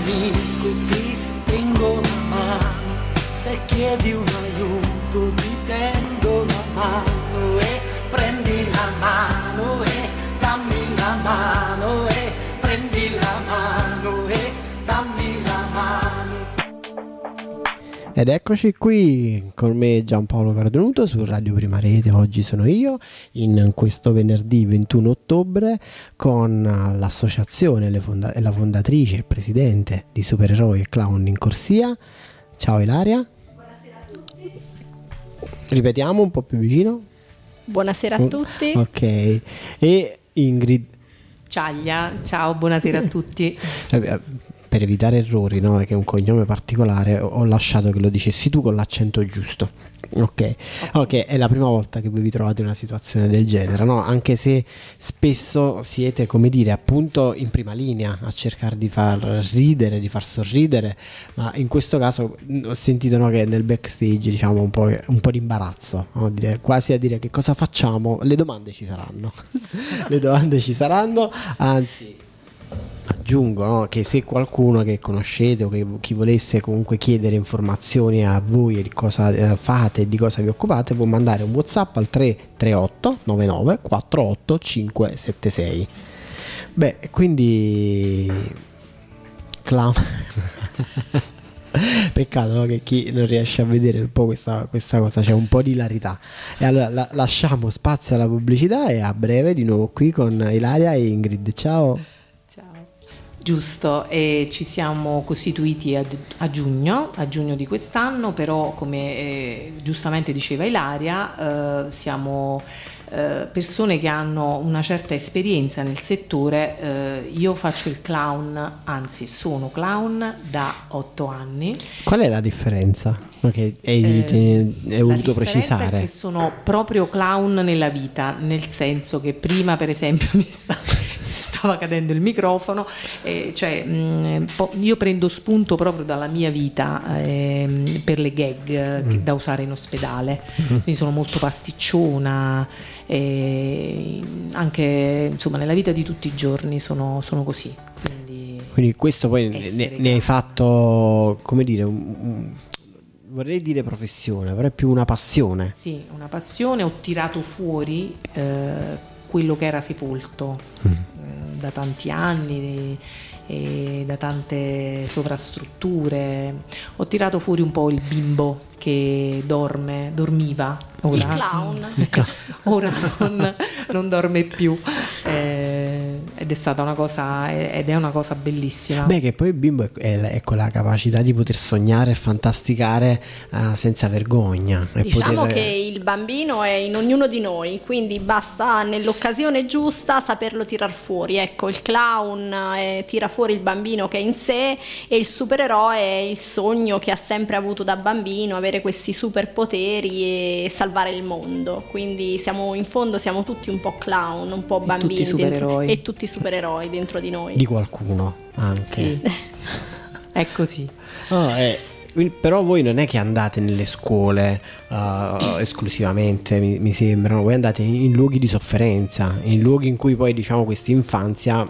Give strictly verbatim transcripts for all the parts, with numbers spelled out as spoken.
amico, ti stringo la mano, se chiedi un aiuto ti tendo la mano e prendi la mano e dammi la mano e prendi la mano e dammi la mano. Ed eccoci qui con me Giampaolo Cardonuto su Radio Prima Rete. Oggi sono io in questo venerdì ventuno ottobre con l'associazione e fonda- la fondatrice e presidente di Supereroi e Clown in Corsia. Ciao Ilaria. Buonasera a tutti. Ripetiamo un po' più vicino. Buonasera a tutti. Ok. E Ingrid. Ciaglia, ciao, buonasera a tutti. Per evitare errori, no? Che è un cognome particolare, ho lasciato che lo dicessi tu con l'accento giusto. Ok, ok, è la prima volta che voi vi trovate in una situazione del genere, no? Anche se spesso siete, come dire, appunto in prima linea a cercare di far ridere, di far sorridere, ma in questo caso ho sentito, no, che nel backstage, diciamo, un po', un po' di imbarazzo, no? Dire, quasi a dire che cosa facciamo. Le domande ci saranno, le domande ci saranno, anzi. Aggiungo, no, che se qualcuno che conoscete o che chi volesse comunque chiedere informazioni a voi di cosa eh, fate e di cosa vi occupate, può mandare un WhatsApp al tre tre otto nove nove quattro otto cinque sette sei. Beh, quindi clown. Peccato, no, che chi non riesce a vedere un po' questa, questa cosa, c'è un po' di hilarità. E allora la, lasciamo spazio alla pubblicità e a breve di nuovo qui con Ilaria e Ingrid. Ciao. Giusto, e ci siamo costituiti a, a giugno, a giugno di quest'anno, però come eh, giustamente diceva Ilaria, eh, siamo eh, persone che hanno una certa esperienza nel settore. Eh, io faccio il clown, anzi sono clown da otto anni. Qual è la differenza? Okay, hai, eh, hai voluto precisare? È che sono proprio clown nella vita, nel senso che prima per esempio mi sta... stava cadendo il microfono, eh, cioè mh, io prendo spunto proprio dalla mia vita eh, per le gag mm. da usare in ospedale, mm. quindi sono molto pasticciona, eh, anche insomma nella vita di tutti i giorni sono, sono così. Quindi, quindi questo poi ne, ne hai fatto, come dire, un, un, vorrei dire professione, però è più una passione. Sì, una passione, ho tirato fuori eh, quello che era sepolto mm. eh, da tanti anni e, e da tante sovrastrutture. Ho tirato fuori un po' il bimbo che dorme, dormiva. Ora, il clown. Il clown. Ora non, non dorme più. Eh, ed è stata una cosa, ed è una cosa bellissima. Beh, che poi il bimbo è, è, è con la capacità di poter sognare e fantasticare uh, senza vergogna. E diciamo poter... che il bambino è in ognuno di noi, quindi basta nell'occasione giusta saperlo tirar fuori. Ecco, il clown è, tira fuori il bambino che è in sé, e il supereroe è il sogno che ha sempre avuto da bambino, avere questi superpoteri e salvare il mondo. Quindi siamo, in fondo siamo tutti un po' clown, un po' bambini, tutti supereroi. Dentro, e tutti supereroi dentro di noi. Di qualcuno anche. Sì. È così. Oh, eh, però voi non è che andate nelle scuole uh, esclusivamente, mi, mi sembrano, voi andate in, in luoghi di sofferenza, in luoghi in cui poi, diciamo, questa infanzia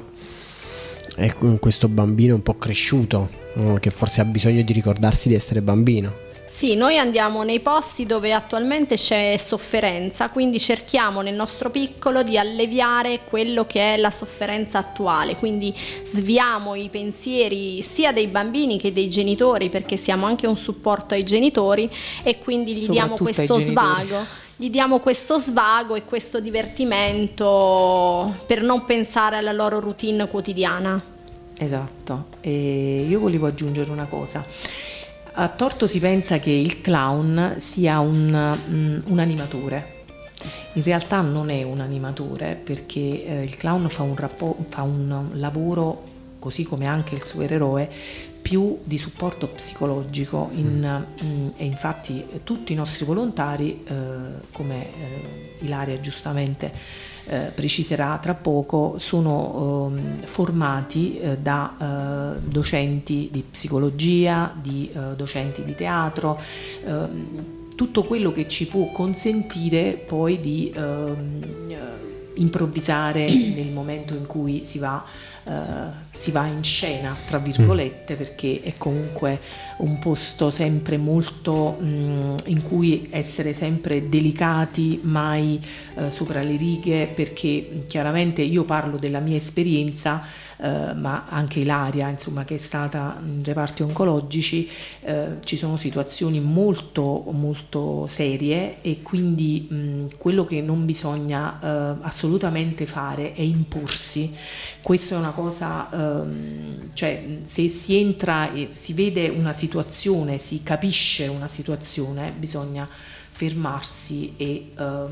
è questo bambino un po' cresciuto, no? Che forse ha bisogno di ricordarsi di essere bambino. Sì, noi andiamo nei posti dove attualmente c'è sofferenza, quindi cerchiamo nel nostro piccolo di alleviare quello che è la sofferenza attuale, quindi sviamo i pensieri sia dei bambini che dei genitori, perché siamo anche un supporto ai genitori, e quindi gli diamo questo svago. Gli diamo questo svago e questo divertimento per non pensare alla loro routine quotidiana. Esatto, e io volevo aggiungere una cosa. A torto si pensa che il clown sia un, um, un animatore. In realtà non è un animatore, perché eh, il clown fa un, rappo- fa un lavoro, così come anche il supereroe, più di supporto psicologico. In, mm, e infatti tutti i nostri volontari, eh, come eh, Ilaria giustamente eh, preciserà tra poco, sono eh, formati eh, da eh, docenti di psicologia, di eh, docenti di teatro, eh, tutto quello che ci può consentire poi di eh, improvvisare nel momento in cui si va, uh, si va in scena, tra virgolette, perché è comunque un posto sempre molto mh, in cui essere sempre delicati, mai uh, sopra le righe, perché chiaramente io parlo della mia esperienza, Uh, ma anche Ilaria, insomma, che è stata in reparti oncologici, uh, ci sono situazioni molto molto serie, e quindi mh, quello che non bisogna uh, assolutamente fare è imporsi. Questo è una cosa, um, cioè se si entra e si vede una situazione, si capisce una situazione, bisogna fermarsi e um,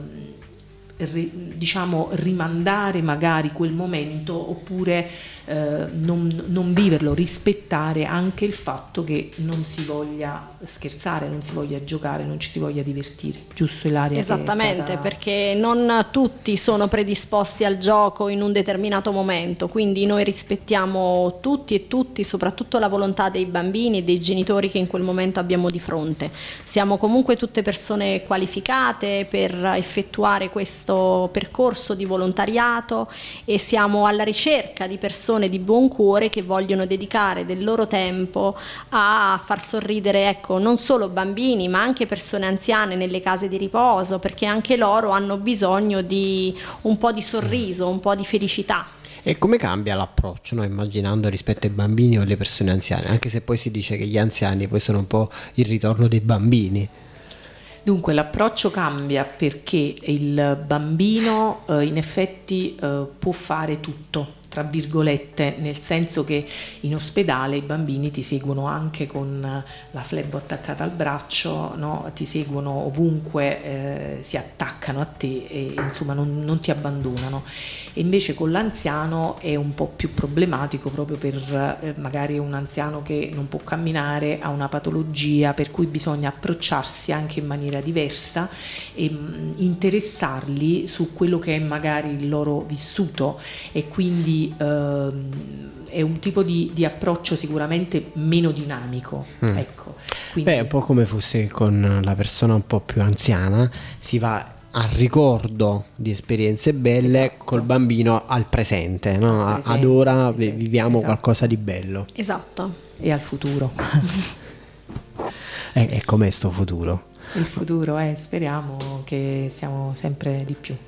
diciamo rimandare magari quel momento, oppure eh, non, non viverlo, rispettare anche il fatto che non si voglia scherzare, non si voglia giocare, non ci si voglia divertire, giusto Ilaria? Esattamente, stata... perché non tutti sono predisposti al gioco in un determinato momento, quindi noi rispettiamo tutti e tutti, soprattutto la volontà dei bambini e dei genitori che in quel momento abbiamo di fronte. Siamo comunque tutte persone qualificate per effettuare questo percorso di volontariato, e siamo alla ricerca di persone di buon cuore che vogliono dedicare del loro tempo a far sorridere, ecco, non solo bambini ma anche persone anziane nelle case di riposo, perché anche loro hanno bisogno di un po' di sorriso, un po' di felicità. E come cambia l'approccio, no? Immaginando rispetto ai bambini o alle persone anziane, anche se poi si dice che gli anziani poi sono un po' il ritorno dei bambini? Dunque l'approccio cambia perché il bambino eh, in effetti eh, può fare tutto, tra virgolette, nel senso che in ospedale i bambini ti seguono anche con la flebo attaccata al braccio, no? Ti seguono ovunque, eh, si attaccano a te e insomma non, non ti abbandonano. E invece con l'anziano è un po' più problematico, proprio per eh, magari un anziano che non può camminare, ha una patologia per cui bisogna approcciarsi anche in maniera diversa e mh, interessarli su quello che è magari il loro vissuto, e quindi è un tipo di, di approccio sicuramente meno dinamico. Mm. Ecco. Quindi... Beh, è un po' come fosse con la persona un po' più anziana, si va al ricordo di esperienze belle, esatto, col bambino al presente, no? Presente, ad ora presente, viviamo esatto. qualcosa di bello. Esatto. E al futuro. E, e com'è sto futuro? Il futuro, eh, speriamo che siamo sempre di più.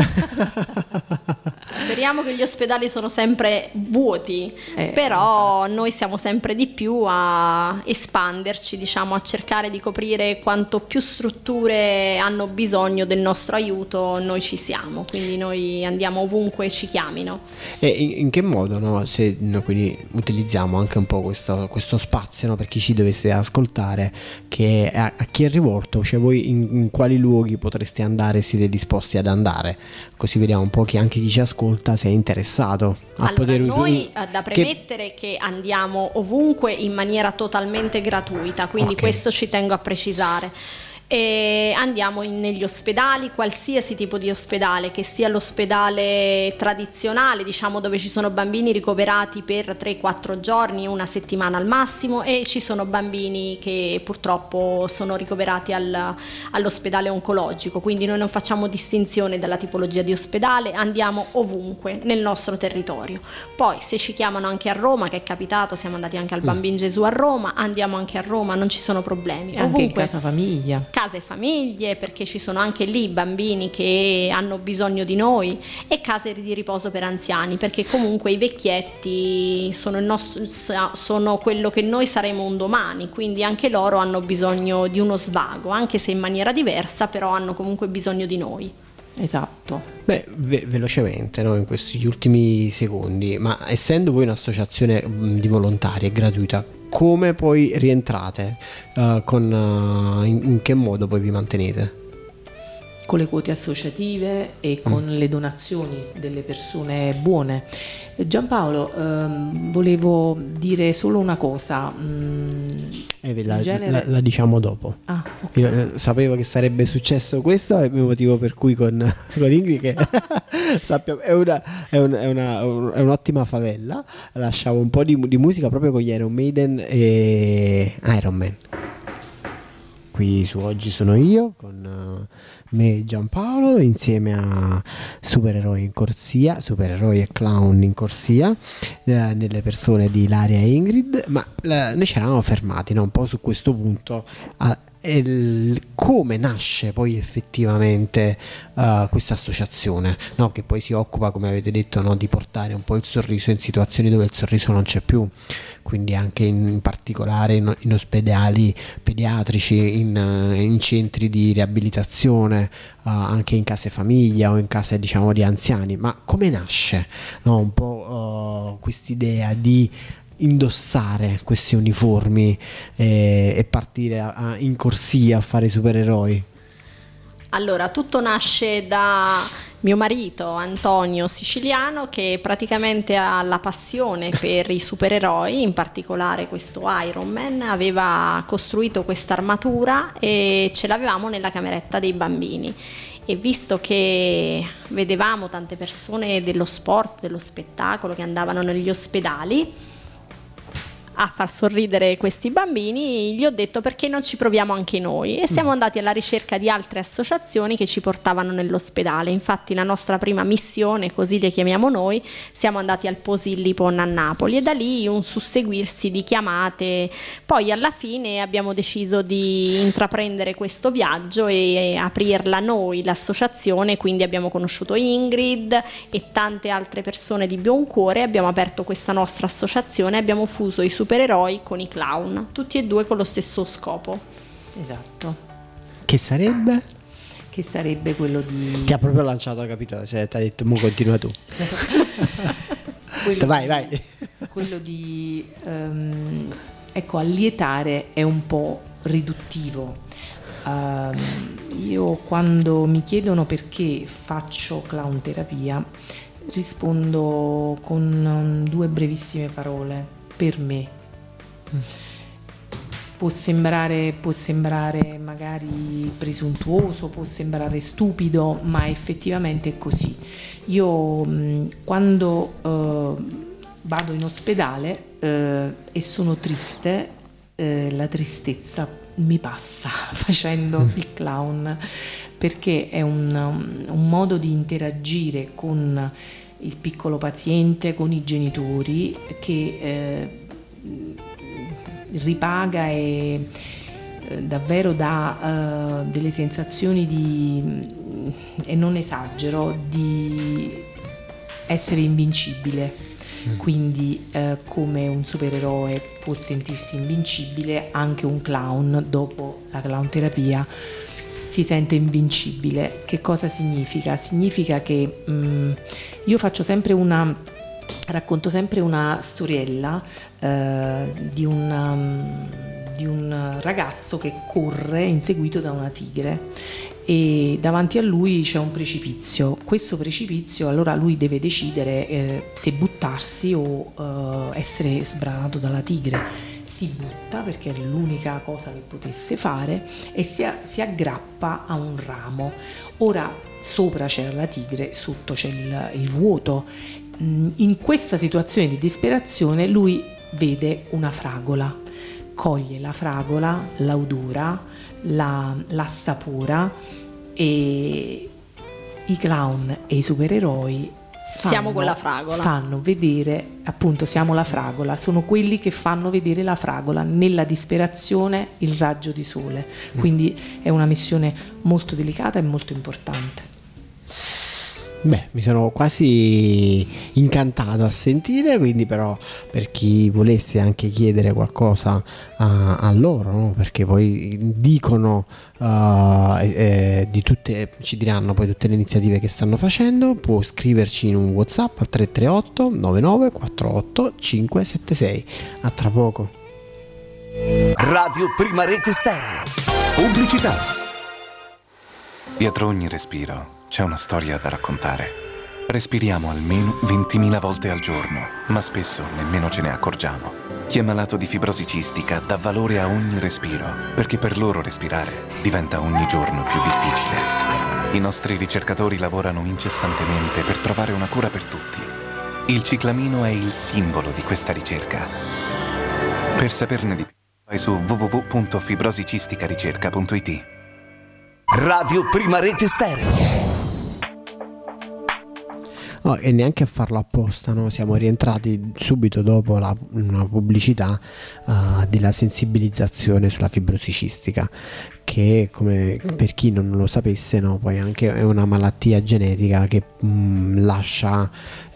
Speriamo che gli ospedali sono sempre vuoti, eh, però infatti. Noi siamo sempre di più a espanderci, diciamo, a cercare di coprire quanto più strutture hanno bisogno del nostro aiuto, noi ci siamo, quindi noi andiamo ovunque ci chiamino. E in, in che modo, no? Se no, quindi utilizziamo anche un po' questo, questo spazio, no? Per chi ci dovesse ascoltare, che a, a chi è rivolto, cioè voi in, in quali luoghi potreste andare, siete disposti ad andare, così vediamo un po' che anche chi ci ascolta si è interessato a allora, poter noi uh, da premettere che... che andiamo ovunque in maniera totalmente gratuita, quindi okay. Questo ci tengo a precisare. E andiamo in, negli ospedali, qualsiasi tipo di ospedale, che sia l'ospedale tradizionale, diciamo, dove ci sono bambini ricoverati per tre quattro giorni, una settimana al massimo, e ci sono bambini che purtroppo sono ricoverati al, all'ospedale oncologico, quindi noi non facciamo distinzione dalla tipologia di ospedale, andiamo ovunque nel nostro territorio. Poi se ci chiamano anche a Roma, che è capitato, siamo andati anche al Bambin Gesù a Roma, andiamo anche a Roma, non ci sono problemi. E anche in casa famiglia. Case famiglie, perché ci sono anche lì bambini che hanno bisogno di noi, e case di riposo per anziani, perché comunque i vecchietti sono, il nostro, sono quello che noi saremo un domani, quindi anche loro hanno bisogno di uno svago, anche se in maniera diversa, però hanno comunque bisogno di noi. Esatto. Beh, ve- velocemente, no, in questi ultimi secondi, ma essendo voi un'associazione mh, di volontari e gratuita, come poi rientrate? Uh, con, uh, in, in che modo poi vi mantenete? Con le quote associative e con mm. le donazioni delle persone buone. Giampaolo, ehm, volevo dire solo una cosa. Mm, eh, la, genere... la, la diciamo dopo. Ah, okay. Io eh, sapevo che sarebbe successo questo, è il mio motivo per cui con, con Ingrid, che sappiamo, è, una, è, una, è, una, un, è un'ottima favela, lasciavo un po' di, di musica proprio con gli Iron Maiden e Iron Man. qui su Oggi Sono Io con me Giampaolo insieme a supereroi in corsia, supereroi e clown in corsia, eh, nelle persone di Ilaria e Ingrid, ma eh, noi ci eravamo fermati, no, un po' su questo punto, a, il, come nasce poi effettivamente uh, questa associazione, no, che poi si occupa, come avete detto, no, di portare un po' il sorriso in situazioni dove il sorriso non c'è più, quindi anche in, in particolare in, in ospedali pediatrici, in, in centri di riabilitazione, uh, anche in case famiglia o in case, diciamo, di anziani. Ma come nasce, no, un po' uh, quest'idea di indossare questi uniformi e, e partire a, a, in corsia a fare i supereroi? Allora, tutto nasce da mio marito Antonio Siciliano, che praticamente ha la passione per i supereroi, in particolare questo Iron Man. Aveva costruito questa armatura e ce l'avevamo nella cameretta dei bambini. E visto che vedevamo tante persone dello sport, dello spettacolo, che andavano negli ospedali a far sorridere questi bambini, gli ho detto: perché non ci proviamo anche noi? E siamo andati alla ricerca di altre associazioni che ci portavano nell'ospedale. Infatti la nostra prima missione, così le chiamiamo noi, siamo andati al Posillipo a Napoli, e da lì un susseguirsi di chiamate. Poi alla fine abbiamo deciso di intraprendere questo viaggio e aprirla noi l'associazione, quindi abbiamo conosciuto Ingrid e tante altre persone di buon cuore, abbiamo aperto questa nostra associazione, abbiamo fuso i supereroi con i clown, tutti e due con lo stesso scopo. Esatto. Che sarebbe? Che sarebbe quello di... Ti ha proprio lanciato, capito? Cioè, ti ha detto: mo continua tu. vai, di, vai. Quello di, um, ecco, allietare è un po' riduttivo. Uh, io quando mi chiedono perché faccio clown terapia, rispondo con um, due brevissime parole: per me. Può sembrare, può sembrare magari presuntuoso, può sembrare stupido, ma effettivamente è così. Io mh, quando uh, vado in ospedale uh, e sono triste, uh, la tristezza mi passa facendo il clown, perché è un, un modo di interagire con il piccolo paziente, con i genitori, che eh, ripaga e eh, davvero dà eh, delle sensazioni di, e non esagero, di essere invincibile. Mm. Quindi eh, come un supereroe può sentirsi invincibile, anche un clown dopo la clown terapia si sente invincibile. Che cosa significa? Significa che mh, io faccio sempre una, racconto sempre una storiella eh, di, una, di un ragazzo che corre inseguito da una tigre, e davanti a lui c'è un precipizio. Questo precipizio, allora lui deve decidere eh, se buttarsi o eh, essere sbranato dalla tigre. Si butta perché è l'unica cosa che potesse fare e si, a, si aggrappa a un ramo. Ora sopra c'era la tigre, sotto c'è il, il vuoto. In questa situazione di disperazione lui vede una fragola, coglie la fragola, la odora, la, la assapora, e i clown e i supereroi Fanno, siamo con la fragola. Fanno vedere, appunto, siamo la fragola, sono quelli che fanno vedere la fragola nella disperazione, il raggio di sole. Quindi è una missione molto delicata e molto importante. Beh, mi sono quasi incantato a sentire, quindi però per chi volesse anche chiedere qualcosa a, a loro, no? Perché poi dicono uh, eh, di tutte, ci diranno poi tutte le iniziative che stanno facendo, può scriverci in un WhatsApp al tre tre otto nove nove quattro otto cinque sette sei. A tra poco. Radio Prima Rete Stereo. Pubblicità. Dietro ogni respiro c'è una storia da raccontare. Respiriamo almeno ventimila volte al giorno, ma spesso nemmeno ce ne accorgiamo. Chi è malato di fibrosi cistica dà valore a ogni respiro, perché per loro respirare diventa ogni giorno più difficile. I nostri ricercatori lavorano incessantemente per trovare una cura per tutti. Il ciclamino è il simbolo di questa ricerca. Per saperne di più, Vai su w w w punto fibrosicisticaricerca punto i t. Radio Prima Rete Stereo. No, e neanche a farlo apposta, no? Siamo rientrati subito dopo la, una pubblicità uh, della sensibilizzazione sulla fibrosi cistica, che, come per chi non lo sapesse, no, poi anche è una malattia genetica che mh, lascia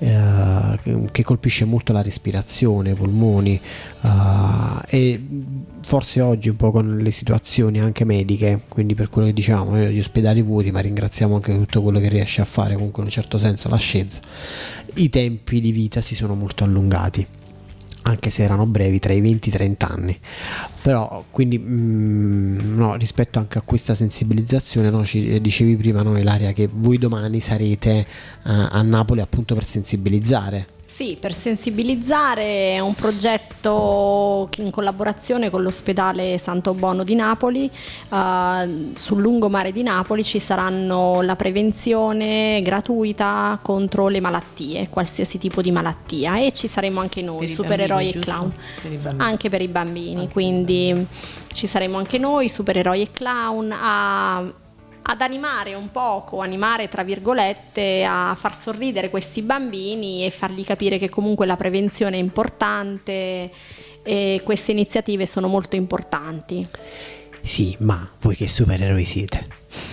uh, che colpisce molto la respirazione, i polmoni, uh, e forse oggi un po' con le situazioni anche mediche, quindi per quello che diciamo, gli ospedali vuoti, ma ringraziamo anche tutto quello che riesce a fare comunque in un certo senso la scienza, i tempi di vita si sono molto allungati, anche se erano brevi, tra i venti e i trenta anni. Però quindi mh, no, rispetto anche a questa sensibilizzazione, no, ci dicevi prima, no, Ilaria, che voi domani sarete uh, a Napoli appunto per sensibilizzare. Sì, per sensibilizzare. È un progetto in collaborazione con l'ospedale Santo Bono di Napoli. Uh, sul lungomare di Napoli ci saranno la prevenzione gratuita contro le malattie, qualsiasi tipo di malattia, e ci saremo anche noi, Per i supereroi bambini, e clown, per i bambini. anche per i bambini, Anche quindi ci saremo anche noi, supereroi e clown, a ad animare un poco, animare tra virgolette, a far sorridere questi bambini e fargli capire che comunque la prevenzione è importante e queste iniziative sono molto importanti. Sì, ma voi che supereroi siete?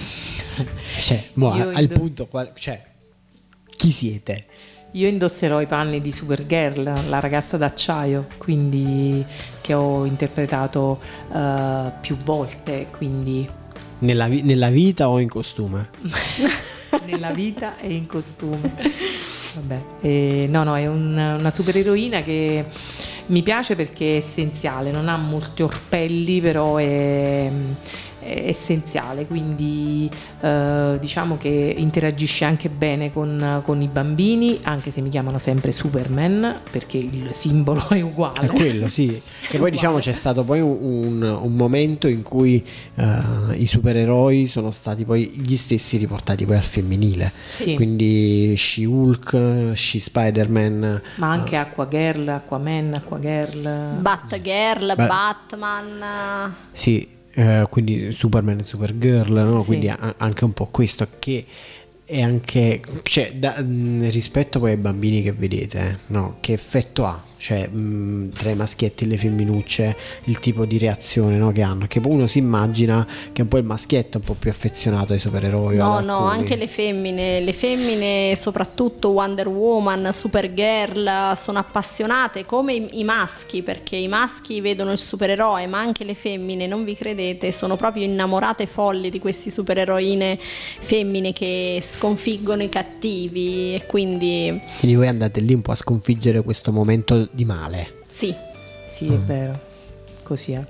Cioè, mo, Io al indo- punto qual- cioè, chi siete? Io indosserò i panni di Supergirl, la ragazza d'acciaio, quindi che ho interpretato uh, più volte, quindi Nella, vi- nella vita o in costume? nella vita e in costume. Vabbè, eh, no, no, è un- una supereroina che mi piace perché è essenziale, non ha molti orpelli, però è, è essenziale, quindi eh, diciamo che interagisce anche bene con, con i bambini, anche se mi chiamano sempre Superman, perché il simbolo è uguale. È quello, sì. Che poi diciamo c'è stato poi un, un- un momento in cui eh, i supereroi sono stati poi gli stessi riportati poi al femminile. Sì. Quindi She-Hulk, She-Spider-Man. Ma anche Aquagirl, Aquaman, Aquagirl. Batgirl, Beh. Batman. Sì, eh, quindi Superman e Supergirl, no? Sì. Quindi a- anche un po' questo che è anche, cioè, da- mh, rispetto poi ai bambini che vedete, no? Che effetto ha? Cioè, mh, tra i maschietti e le femminucce, il tipo di reazione, no, che hanno, che poi uno si immagina che un po' il maschietto è un po' più affezionato ai supereroi. No, ad no, alcuni. anche le femmine, le femmine, soprattutto Wonder Woman, Supergirl, sono appassionate come i, i maschi, perché i maschi vedono il supereroe, ma anche le femmine, non vi credete, sono proprio innamorate folli di questi supereroine femmine che sconfiggono i cattivi, e quindi Quindi voi andate lì un po' a sconfiggere questo momento di male. sì. Sì, è vero, così è.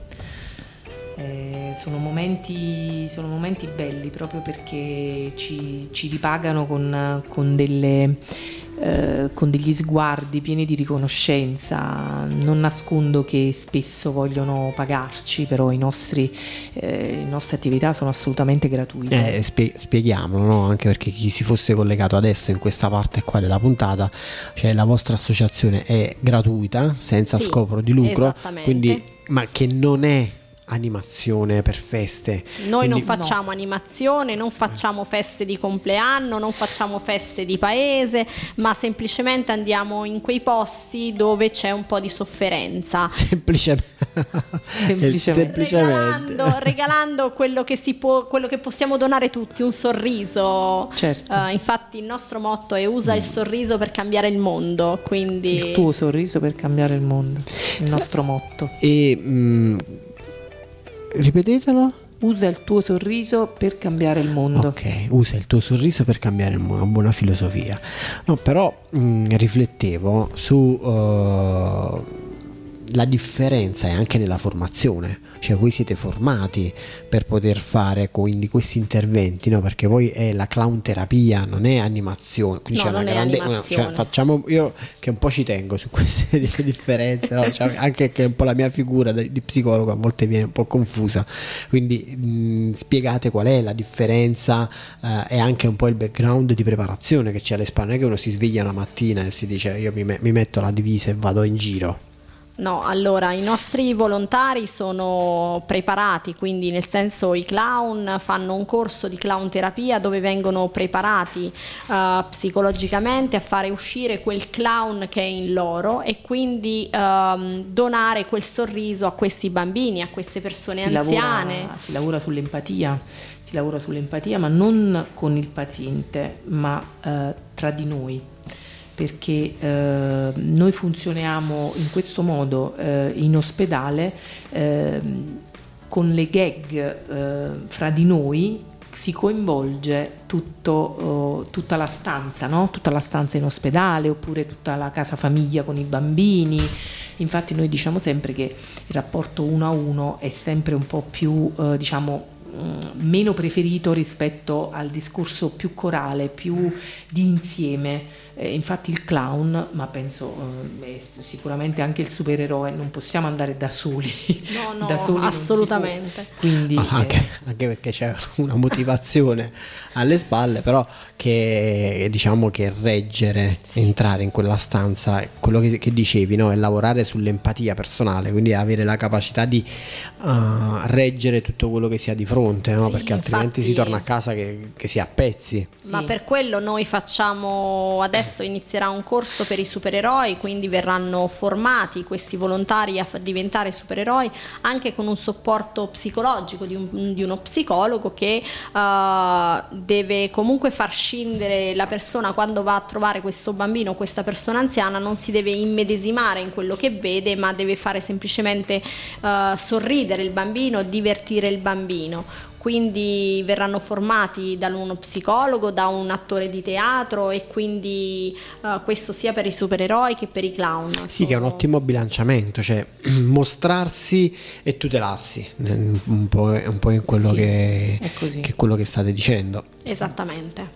Eh, sono momenti, sono momenti belli proprio perché ci, ci ripagano con, con delle, eh, con degli sguardi pieni di riconoscenza. Non nascondo che spesso vogliono pagarci, però i nostri, eh, le nostre attività sono assolutamente gratuite. Eh, spie- spieghiamolo, no? Anche perché chi si fosse collegato adesso in questa parte qua della puntata, cioè la vostra associazione è gratuita, senza Sì, scopo di lucro, esattamente. quindi, ma che non è animazione per feste. Noi non Quindi- facciamo animazione, non facciamo feste di compleanno, non facciamo feste di paese, ma semplicemente andiamo in quei posti dove c'è un po' di sofferenza. Semplicemente, Semplicemente. semplicemente. Regalando, regalando quello che si può, quello che possiamo donare tutti, un sorriso. Certo. Eh, infatti il nostro motto è usa il sorriso per cambiare il mondo, quindi Il tuo sorriso per cambiare il mondo, il nostro motto. E mh, ripetetelo. Usa il tuo sorriso per cambiare il mondo. Ok, usa il tuo sorriso per cambiare il mondo, una buona filosofia. No, però mh, riflettevo su uh, la differenza è anche nella formazione, cioè voi siete formati per poter fare quindi questi interventi, no? Perché poi è la clown terapia, non è animazione, quindi No, c'è una non è grande animazione. cioè, facciamo, io che un po' ci tengo su queste differenze, no? Cioè, anche che un po' la mia figura di di psicologo a volte viene un po' confusa, quindi mh, spiegate qual è la differenza eh, e anche un po' il background di preparazione che c'è alle spalle, non è che uno si sveglia una mattina e si dice io mi, me- mi metto la divisa e vado in giro. No, allora i nostri volontari sono preparati, quindi nel senso i clown fanno un corso di clown terapia dove vengono preparati uh, psicologicamente a fare uscire quel clown che è in loro e quindi um, donare quel sorriso a questi bambini, a queste persone si anziane. Lavora, si lavora sull'empatia, si lavora sull'empatia, ma non con il paziente, ma uh, tra di noi. Perché eh, noi funzioniamo in questo modo eh, in ospedale eh, con le gag eh, fra di noi si coinvolge tutto, oh, tutta la stanza, no? Tutta la stanza in ospedale oppure tutta la casa famiglia con i bambini. Infatti noi diciamo sempre che il rapporto uno a uno è sempre un po' più eh, diciamo meno preferito rispetto al discorso più corale, più di insieme. Eh, infatti il clown, ma penso eh, sicuramente anche il supereroe, non possiamo andare da soli. No, no, da soli assolutamente. Quindi, ah, anche, eh, anche perché c'è una motivazione alle spalle, però che diciamo che reggere, sì. entrare in quella stanza, quello che, che dicevi, no? È lavorare sull'empatia personale, quindi avere la capacità di uh, reggere tutto quello che si ha di fronte, no? Sì, perché altrimenti infatti, si torna a casa che, che si è a pezzi. Ma sì. Per quello noi facciamo, adesso inizierà un corso per i supereroi, quindi verranno formati questi volontari a diventare supereroi anche con un supporto psicologico di, un, di uno psicologo che uh, deve comunque far scindere la persona quando va a trovare questo bambino o questa persona anziana, non si deve immedesimare in quello che vede, ma deve fare semplicemente uh, sorridere il bambino, divertire il bambino. Quindi verranno formati da uno psicologo, da un attore di teatro e quindi uh, questo sia per i supereroi che per i clown. Sì, Sono... che è un ottimo bilanciamento, cioè mostrarsi e tutelarsi, un po', un po' in quello, sì, che, è così. che è quello che state dicendo. Esattamente.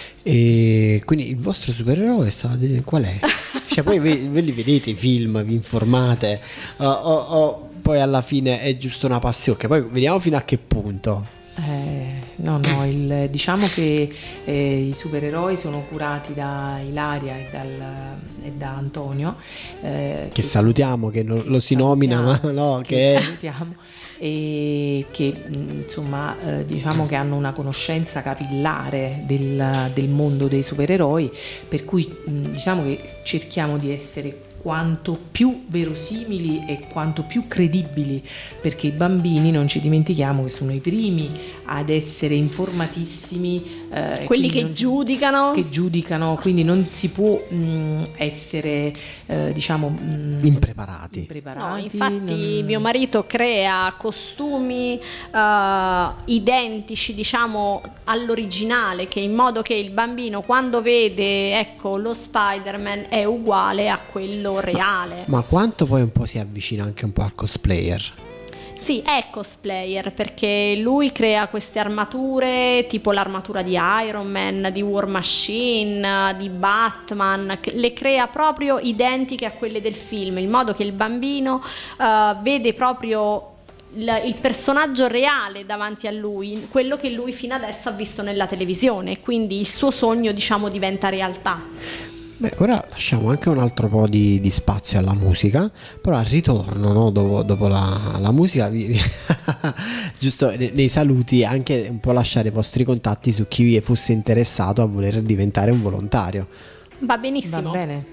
E quindi il vostro supereroe stava, qual è? Cioè poi ve, ve li vedete i film, vi informate o uh, uh, uh, poi alla fine è giusto una passione, che poi vediamo fino a che punto. Eh, no, no, il, diciamo che eh, i supereroi sono curati da Ilaria e, dal, e da Antonio. Eh, che, che salutiamo, che non, lo si nomina, ma no, che, che salutiamo. E che insomma eh, diciamo che hanno una conoscenza capillare del, del mondo dei supereroi, per cui diciamo che cerchiamo di essere quanto più verosimili e quanto più credibili, perché i bambini, non ci dimentichiamo che sono i primi ad essere informatissimi, eh, quelli che giudicano che giudicano quindi non si può mh, essere eh, diciamo mh, impreparati. impreparati no, infatti non... mio marito crea costumi uh, identici diciamo all'originale, che in modo che il bambino quando vede ecco lo Spider-Man è uguale a quello reale. Ma, ma quanto poi un po' si avvicina anche un po' al cosplayer? Sì, è cosplayer perché lui crea queste armature tipo l'armatura di Iron Man, di War Machine, di Batman, le crea proprio identiche a quelle del film, in modo che il bambino uh, vede proprio il, il personaggio reale davanti a lui, quello che lui fino adesso ha visto nella televisione, e quindi il suo sogno diciamo diventa realtà. Beh, ora lasciamo anche un altro po' di, di spazio alla musica, però al ritorno, no, dopo, dopo la, la musica, vi, vi giusto nei, nei saluti anche un po' lasciare i vostri contatti su chi vi fosse interessato a voler diventare un volontario. Va benissimo. Va bene.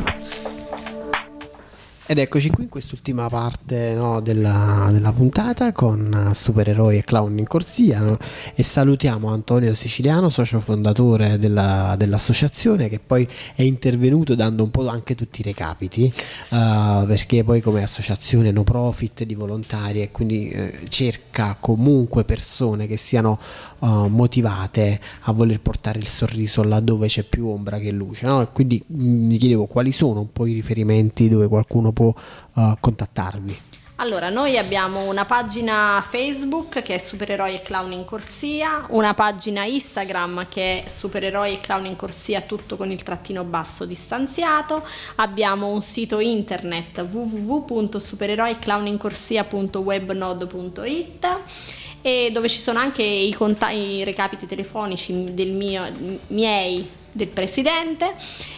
Ed eccoci qui in quest'ultima parte, no, della, della puntata con supereroi e clown in corsia, no? E salutiamo Antonio Siciliano, socio fondatore della, dell'associazione, che poi è intervenuto dando un po' anche tutti i recapiti, uh, perché poi come associazione no profit di volontari e quindi eh, cerca comunque persone che siano uh, motivate a voler portare il sorriso laddove c'è più ombra che luce, no? E quindi mh, mi chiedevo quali sono un po' i riferimenti dove qualcuno può uh, contattarvi. Allora, noi abbiamo una pagina Facebook che è Supereroi e Clown in Corsia, una pagina Instagram che è Supereroi e Clown in Corsia, tutto con il trattino basso distanziato, abbiamo un sito internet w w w punto supereroiclownincorsia punto webnode punto it e dove ci sono anche i, cont- i recapiti telefonici del mio, miei del presidente,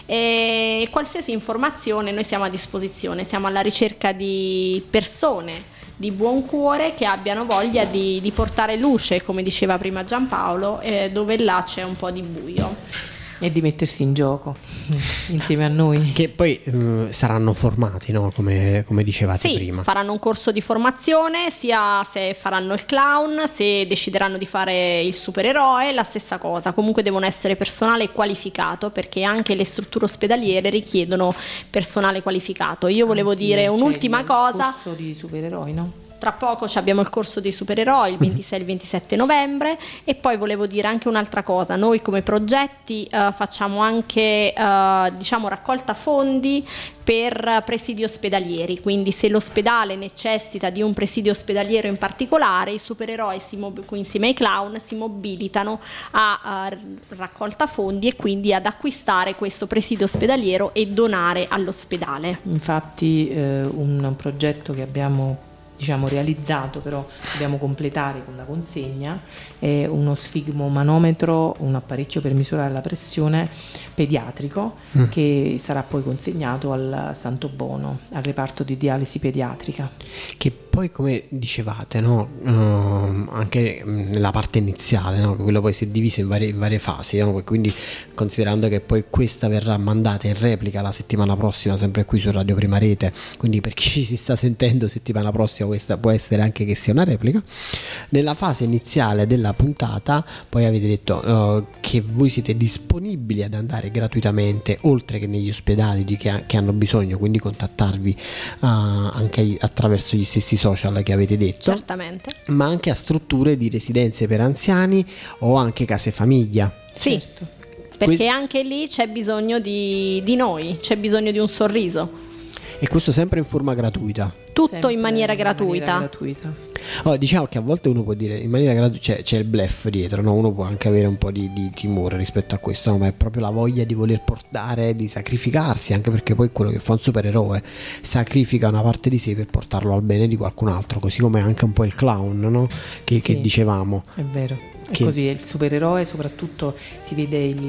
e qualsiasi informazione noi siamo a disposizione, siamo alla ricerca di persone di buon cuore che abbiano voglia di, di portare luce, come diceva prima Giampaolo, eh, dove là c'è un po' di buio. E di mettersi in gioco insieme a noi. Che poi eh, saranno formati, no? Come, come dicevate sì, prima. Faranno un corso di formazione, sia se faranno il clown, se decideranno di fare il supereroe, la stessa cosa. Comunque devono essere personale qualificato, perché anche le strutture ospedaliere richiedono personale qualificato. Io volevo Anzi, dire c'è un'ultima il cosa. corso di supereroi, no? Tra poco abbiamo il corso dei supereroi il ventisei e il ventisette novembre, e poi volevo dire anche un'altra cosa. Noi come progetti eh, facciamo anche eh, diciamo raccolta fondi per presidi ospedalieri, quindi se l'ospedale necessita di un presidio ospedaliero in particolare, i supereroi si mob- insieme ai clown si mobilitano a, a raccolta fondi e quindi ad acquistare questo presidio ospedaliero e donare all'ospedale. Infatti eh, un progetto che abbiamo diciamo realizzato, però dobbiamo completare con la consegna, è uno sfigmomanometro, un apparecchio per misurare la pressione pediatrico mm. che sarà poi consegnato al Santo Bono, al reparto di dialisi pediatrica. Che poi, come dicevate, no? uh, anche nella parte iniziale, no? Quello poi si è diviso in varie, in varie fasi, no? Quindi considerando che poi questa verrà mandata in replica la settimana prossima, sempre qui su Radio Prima Rete, quindi per chi ci si sta sentendo settimana prossima questa può essere anche che sia una replica. Nella fase iniziale della puntata poi avete detto uh, che voi siete disponibili ad andare gratuitamente oltre che negli ospedali di che, che hanno bisogno, quindi contattarvi uh, anche attraverso gli stessi social che avete detto, certamente, ma anche a strutture di residenze per anziani o anche case famiglia. Sì, certo. Perché que- anche lì c'è bisogno di, di noi, c'è bisogno di un sorriso. E questo sempre in forma gratuita. Tutto Sempre in maniera in gratuita. Maniera gratuita. Oh, diciamo che a volte uno può dire in maniera gratuita, c'è, c'è il bluff dietro, no? Uno può anche avere un po' di, di timore rispetto a questo, no? Ma è proprio la voglia di voler portare, di sacrificarsi, anche perché poi quello che fa un supereroe sacrifica una parte di sé per portarlo al bene di qualcun altro, così come anche un po' il clown, no? Che, sì, che dicevamo. È vero. È Che... così, il supereroe soprattutto si vede il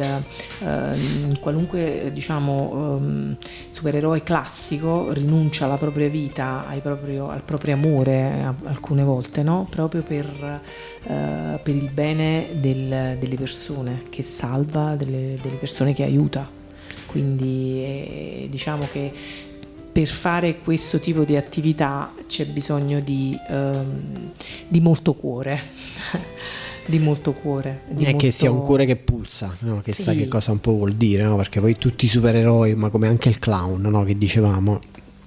eh, qualunque diciamo um, supereroe classico rinuncia alla propria vita, ai proprio, al proprio amore a, alcune volte, no? Proprio per, uh, per il bene del, delle persone che salva, delle, delle persone che aiuta. Quindi eh, diciamo che per fare questo tipo di attività c'è bisogno di, um, di molto cuore. Di molto cuore di e molto... che sia un cuore che pulsa, no? Che sì. Sa che cosa un po' vuol dire, no? Perché poi tutti i supereroi, ma come anche il clown, no? Che dicevamo,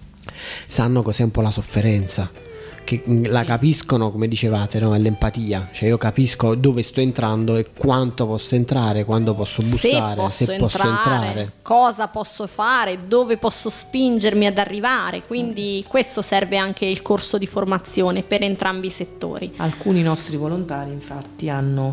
sanno cos'è un po' la sofferenza, che la capiscono, come dicevate, no? È l'empatia, cioè io capisco dove sto entrando e quanto posso entrare, quando posso bussare, se posso, se entrare, posso entrare, cosa posso fare, dove posso spingermi ad arrivare. Quindi questo serve anche il corso di formazione per entrambi i settori. Alcuni nostri volontari infatti hanno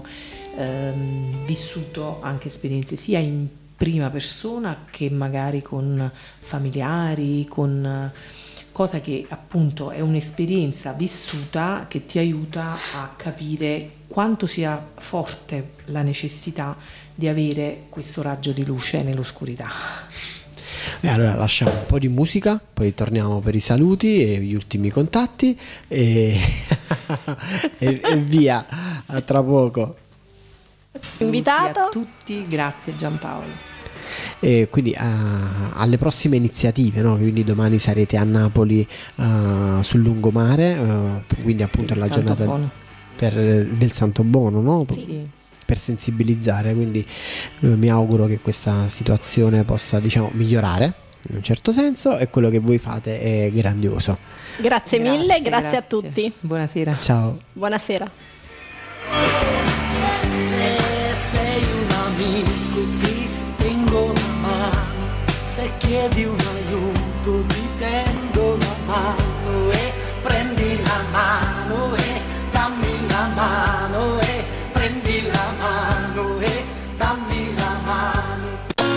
ehm, vissuto anche esperienze sia in prima persona che magari con familiari, con cosa che appunto è un'esperienza vissuta che ti aiuta a capire quanto sia forte la necessità di avere questo raggio di luce nell'oscurità. E allora lasciamo un po' di musica, poi torniamo per i saluti e gli ultimi contatti e, e, e via, a tra poco. Invitato a tutti, grazie Giampaolo. E quindi uh, alle prossime iniziative, no? Quindi domani sarete a Napoli uh, sul lungomare, uh, quindi appunto la giornata per, del Santo Bono, no? Sì. Per sensibilizzare, quindi uh, mi auguro che questa situazione possa, diciamo, migliorare in un certo senso, e quello che voi fate è grandioso. Grazie, grazie mille, grazie, grazie a tutti. Buonasera. Ciao. Buonasera. Se sei un amico ti stringo la mano, se chiedi un aiuto ti tendo la mano, e prendi la mano e dammi la mano.